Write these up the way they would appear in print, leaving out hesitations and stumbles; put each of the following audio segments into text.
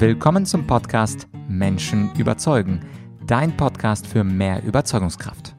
Willkommen zum Podcast Menschen überzeugen, dein Podcast für mehr Überzeugungskraft.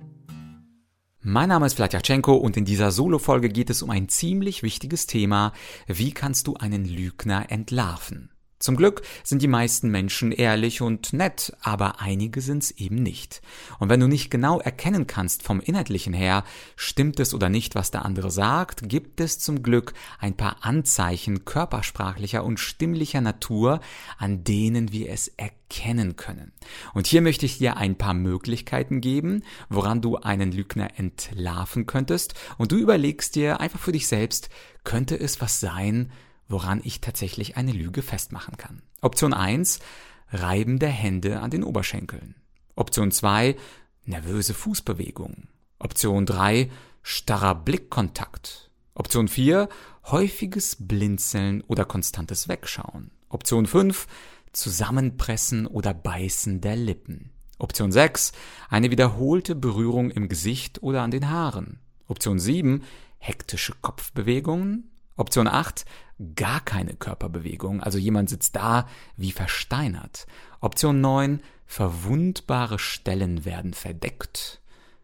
Mein Name ist Vladyachenko und in dieser Solo-Folge geht es um ein ziemlich wichtiges Thema: Wie kannst du einen Lügner entlarven? Zum Glück sind die meisten Menschen ehrlich und nett, aber einige sind's eben nicht. Und wenn du nicht genau erkennen kannst vom Inhaltlichen her, stimmt es oder nicht, was der andere sagt, gibt es zum Glück ein paar Anzeichen körpersprachlicher und stimmlicher Natur, an denen wir es erkennen können. Und hier möchte ich dir ein paar Möglichkeiten geben, woran du einen Lügner entlarven könntest, und du überlegst dir einfach für dich selbst, könnte es was sein, woran ich tatsächlich eine Lüge festmachen kann. Option 1, Reiben der Hände an den Oberschenkeln. Option 2, nervöse Fußbewegungen. Option 3, starrer Blickkontakt. Option 4, häufiges Blinzeln oder konstantes Wegschauen. Option 5, Zusammenpressen oder Beißen der Lippen. Option 6, eine wiederholte Berührung im Gesicht oder an den Haaren. Option 7, hektische Kopfbewegungen. Option 8, gar keine Körperbewegung, also jemand sitzt da wie versteinert. Option 9, verwundbare Stellen werden verdeckt.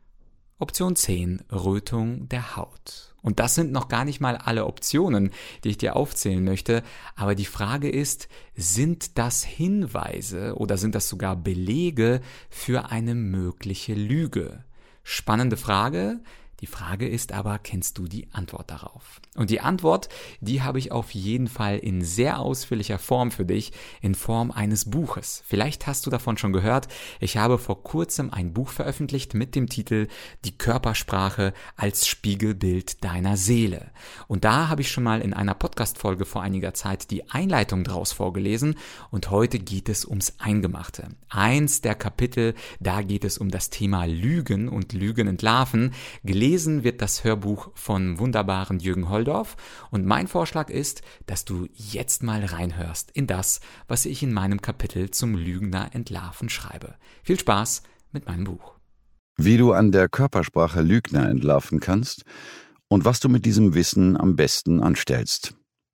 Option 10, Rötung der Haut. Und das sind noch gar nicht mal alle Optionen, die ich dir aufzählen möchte, aber die Frage ist, sind das Hinweise oder sind das sogar Belege für eine mögliche Lüge? Spannende Frage. Die Frage ist aber, kennst du die Antwort darauf? Und die Antwort, die habe ich auf jeden Fall in sehr ausführlicher Form für dich, in Form eines Buches. Vielleicht hast du davon schon gehört. Ich habe vor kurzem ein Buch veröffentlicht mit dem Titel Die Körpersprache als Spiegelbild deiner Seele. Und da habe ich schon mal in einer Podcast-Folge vor einiger Zeit die Einleitung draus vorgelesen, und heute geht es ums Eingemachte. Eins der Kapitel, da geht es um das Thema Lügen und Lügen entlarven. Gelesen wird das Hörbuch von wunderbaren Jürgen Holdorf, und mein Vorschlag ist, dass du jetzt mal reinhörst in das, was ich in meinem Kapitel zum Lügner entlarven schreibe. Viel Spaß mit meinem Buch. Wie du an der Körpersprache Lügner entlarven kannst und was du mit diesem Wissen am besten anstellst.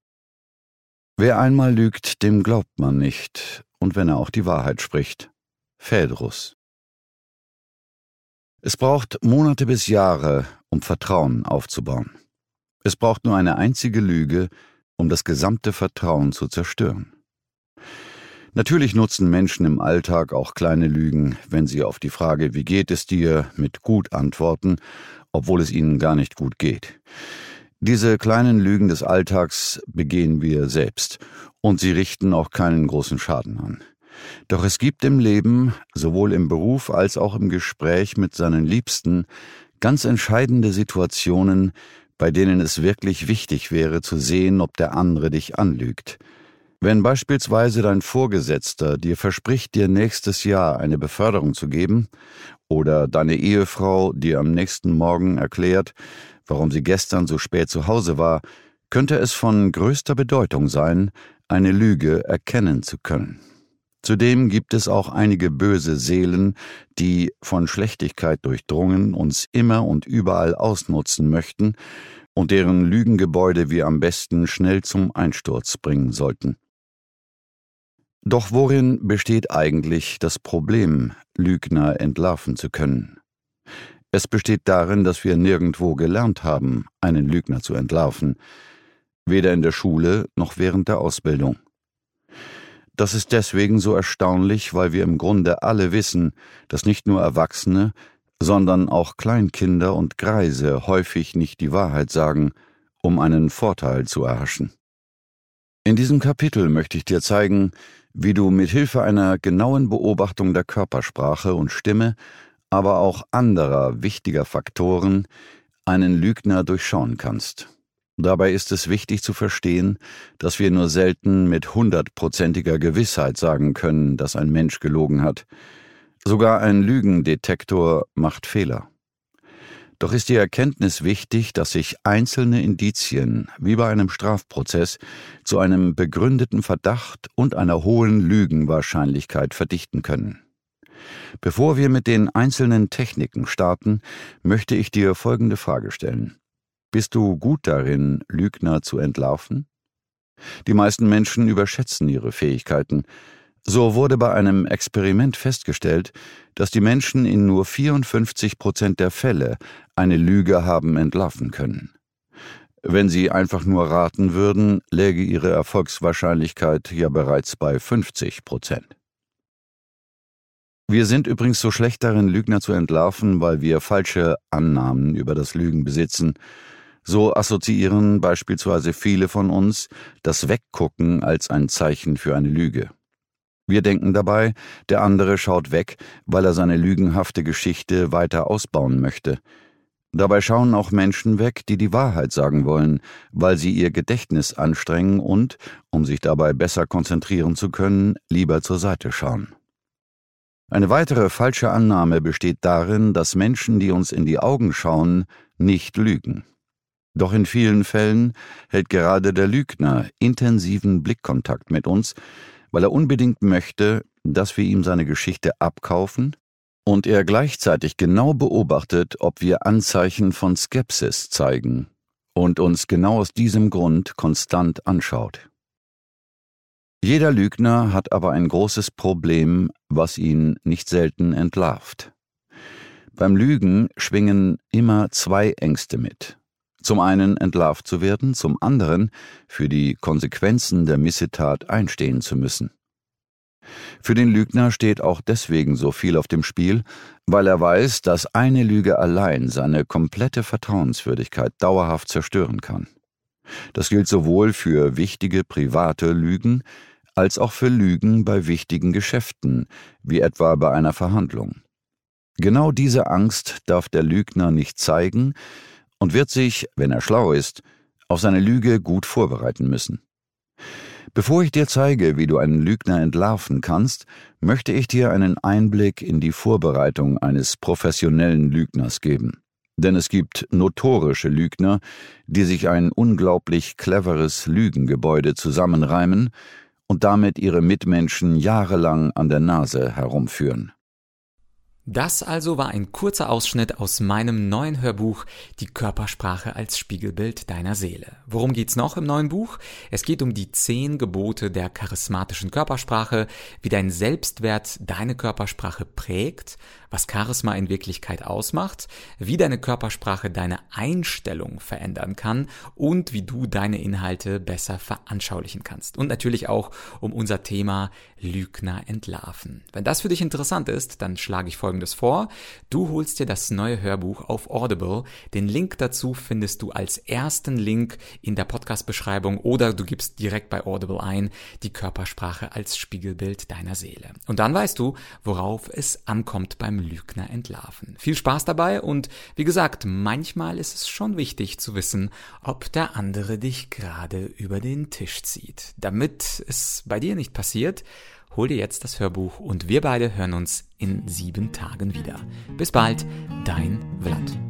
Wer einmal lügt, dem glaubt man nicht, und wenn er auch die Wahrheit spricht. Phaedrus. Es braucht Monate bis Jahre, um Vertrauen aufzubauen. Es braucht nur eine einzige Lüge, um das gesamte Vertrauen zu zerstören. Natürlich nutzen Menschen im Alltag auch kleine Lügen, wenn sie auf die Frage „Wie geht es dir?" mit gut antworten, obwohl es ihnen gar nicht gut geht. Diese kleinen Lügen des Alltags begehen wir selbst, und sie richten auch keinen großen Schaden an. Doch es gibt im Leben, sowohl im Beruf als auch im Gespräch mit seinen Liebsten, ganz entscheidende Situationen, bei denen es wirklich wichtig wäre zu sehen, ob der andere dich anlügt. Wenn beispielsweise dein Vorgesetzter dir verspricht, dir nächstes Jahr eine Beförderung zu geben, oder deine Ehefrau dir am nächsten Morgen erklärt, warum sie gestern so spät zu Hause war, könnte es von größter Bedeutung sein, eine Lüge erkennen zu können. Zudem gibt es auch einige böse Seelen, die, von Schlechtigkeit durchdrungen, uns immer und überall ausnutzen möchten und deren Lügengebäude wir am besten schnell zum Einsturz bringen sollten. Doch worin besteht eigentlich das Problem, Lügner entlarven zu können? Es besteht darin, dass wir nirgendwo gelernt haben, einen Lügner zu entlarven, weder in der Schule noch während der Ausbildung. Das ist deswegen so erstaunlich, weil wir im Grunde alle wissen, dass nicht nur Erwachsene, sondern auch Kleinkinder und Greise häufig nicht die Wahrheit sagen, um einen Vorteil zu erhaschen. In diesem Kapitel möchte ich dir zeigen, wie du mit Hilfe einer genauen Beobachtung der Körpersprache und Stimme, aber auch anderer wichtiger Faktoren, einen Lügner durchschauen kannst. Dabei ist es wichtig zu verstehen, dass wir nur selten mit 100%iger Gewissheit sagen können, dass ein Mensch gelogen hat. Sogar ein Lügendetektor macht Fehler. Doch ist die Erkenntnis wichtig, dass sich einzelne Indizien, wie bei einem Strafprozess, zu einem begründeten Verdacht und einer hohen Lügenwahrscheinlichkeit verdichten können. Bevor wir mit den einzelnen Techniken starten, möchte ich dir folgende Frage stellen. Bist du gut darin, Lügner zu entlarven? Die meisten Menschen überschätzen ihre Fähigkeiten. So wurde bei einem Experiment festgestellt, dass die Menschen in nur 54% der Fälle eine Lüge haben entlarven können. Wenn sie einfach nur raten würden, läge ihre Erfolgswahrscheinlichkeit ja bereits bei 50%. Wir sind übrigens so schlecht darin, Lügner zu entlarven, weil wir falsche Annahmen über das Lügen besitzen. So assoziieren beispielsweise viele von uns das Weggucken als ein Zeichen für eine Lüge. Wir denken dabei, der andere schaut weg, weil er seine lügenhafte Geschichte weiter ausbauen möchte. Dabei schauen auch Menschen weg, die die Wahrheit sagen wollen, weil sie ihr Gedächtnis anstrengen und, um sich dabei besser konzentrieren zu können, lieber zur Seite schauen. Eine weitere falsche Annahme besteht darin, dass Menschen, die uns in die Augen schauen, nicht lügen. Doch in vielen Fällen hält gerade der Lügner intensiven Blickkontakt mit uns, weil er unbedingt möchte, dass wir ihm seine Geschichte abkaufen und er gleichzeitig genau beobachtet, ob wir Anzeichen von Skepsis zeigen und uns genau aus diesem Grund konstant anschaut. Jeder Lügner hat aber ein großes Problem, was ihn nicht selten entlarvt. Beim Lügen schwingen immer zwei Ängste mit. Zum einen entlarvt zu werden, zum anderen für die Konsequenzen der Missetat einstehen zu müssen. Für den Lügner steht auch deswegen so viel auf dem Spiel, weil er weiß, dass eine Lüge allein seine komplette Vertrauenswürdigkeit dauerhaft zerstören kann. Das gilt sowohl für wichtige private Lügen als auch für Lügen bei wichtigen Geschäften, wie etwa bei einer Verhandlung. Genau diese Angst darf der Lügner nicht zeigen und wird sich, wenn er schlau ist, auf seine Lüge gut vorbereiten müssen. Bevor ich dir zeige, wie du einen Lügner entlarven kannst, möchte ich dir einen Einblick in die Vorbereitung eines professionellen Lügners geben. Denn es gibt notorische Lügner, die sich ein unglaublich cleveres Lügengebäude zusammenreimen und damit ihre Mitmenschen jahrelang an der Nase herumführen. Das also war ein kurzer Ausschnitt aus meinem neuen Hörbuch Die Körpersprache als Spiegelbild deiner Seele. Worum geht's noch im neuen Buch? Es geht um die 10 Gebote der charismatischen Körpersprache, wie dein Selbstwert deine Körpersprache prägt, was Charisma in Wirklichkeit ausmacht, wie deine Körpersprache deine Einstellung verändern kann und wie du deine Inhalte besser veranschaulichen kannst. Und natürlich auch um unser Thema Lügner entlarven. Wenn das für dich interessant ist, dann schlage ich Folgendes vor. Du holst dir das neue Hörbuch auf Audible. Den Link dazu findest du als ersten Link in der Podcast-Beschreibung oder du gibst direkt bei Audible ein, die Körpersprache als Spiegelbild deiner Seele. Und dann weißt du, worauf es ankommt beim Lügner entlarven. Viel Spaß dabei und wie gesagt, manchmal ist es schon wichtig zu wissen, ob der andere dich gerade über den Tisch zieht. Damit es bei dir nicht passiert, hol dir jetzt das Hörbuch und wir beide hören uns in 7 Tagen wieder. Bis bald, dein Vlad.